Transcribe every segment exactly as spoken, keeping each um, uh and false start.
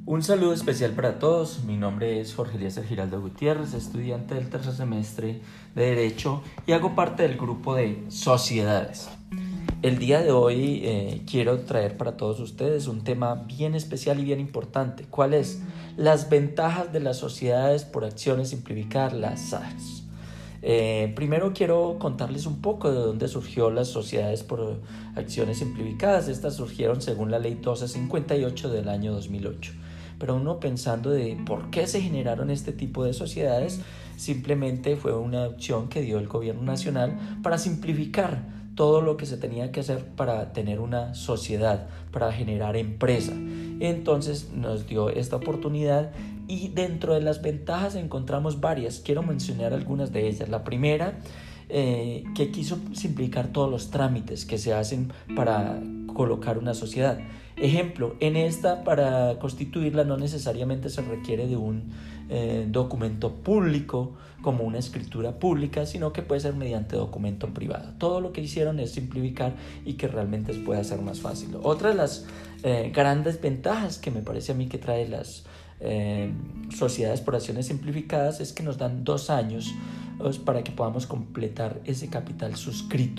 Un saludo especial para todos. Mi nombre es Jorge Eliezer Giraldo Gutiérrez, estudiante del tercer semestre de Derecho y hago parte del grupo de Sociedades. El día de hoy eh, quiero traer para todos ustedes un tema bien especial y bien importante. ¿Cuál es? Las ventajas de las sociedades por acciones simplificadas, las S A S. Eh, primero quiero contarles un poco de dónde surgió las sociedades por acciones simplificadas. Estas surgieron según la ley doce cincuenta y ocho del año dos mil ocho. Pero uno pensando de por qué se generaron este tipo de sociedades, simplemente fue una opción que dio el gobierno nacional para simplificar todo lo que se tenía que hacer para tener una sociedad, para generar empresa. Entonces nos dio esta oportunidad y dentro de las ventajas encontramos varias. Quiero mencionar algunas de ellas. La primera, eh, que quiso simplificar todos los trámites que se hacen para colocar una sociedad. Ejemplo, en esta, para constituirla no necesariamente se requiere de un eh, documento público como una escritura pública, sino que puede ser mediante documento privado. Todo lo que hicieron es simplificar y que realmente pueda ser más fácil. Otra de las eh, grandes ventajas que me parece a mí que trae las eh, sociedades por acciones simplificadas es que nos dan dos años pues, para que podamos completar ese capital suscrito.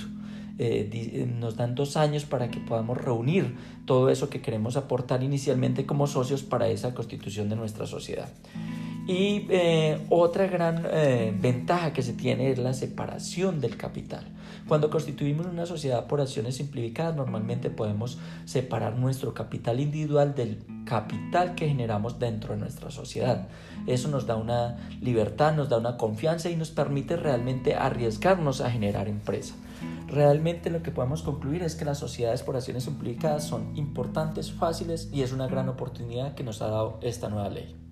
Eh, nos dan dos años para que podamos reunir todo eso que queremos aportar inicialmente como socios para esa constitución de nuestra sociedad. Y eh, otra gran eh, ventaja que se tiene es la separación del capital. Cuando constituimos una sociedad por acciones simplificadas, normalmente podemos separar nuestro capital individual del capital que generamos dentro de nuestra sociedad. Eso nos da una libertad, nos da una confianza y nos permite realmente arriesgarnos a generar empresa. Realmente lo que podemos concluir es que las sociedades por acciones simplificadas son importantes, fáciles y es una gran oportunidad que nos ha dado esta nueva ley.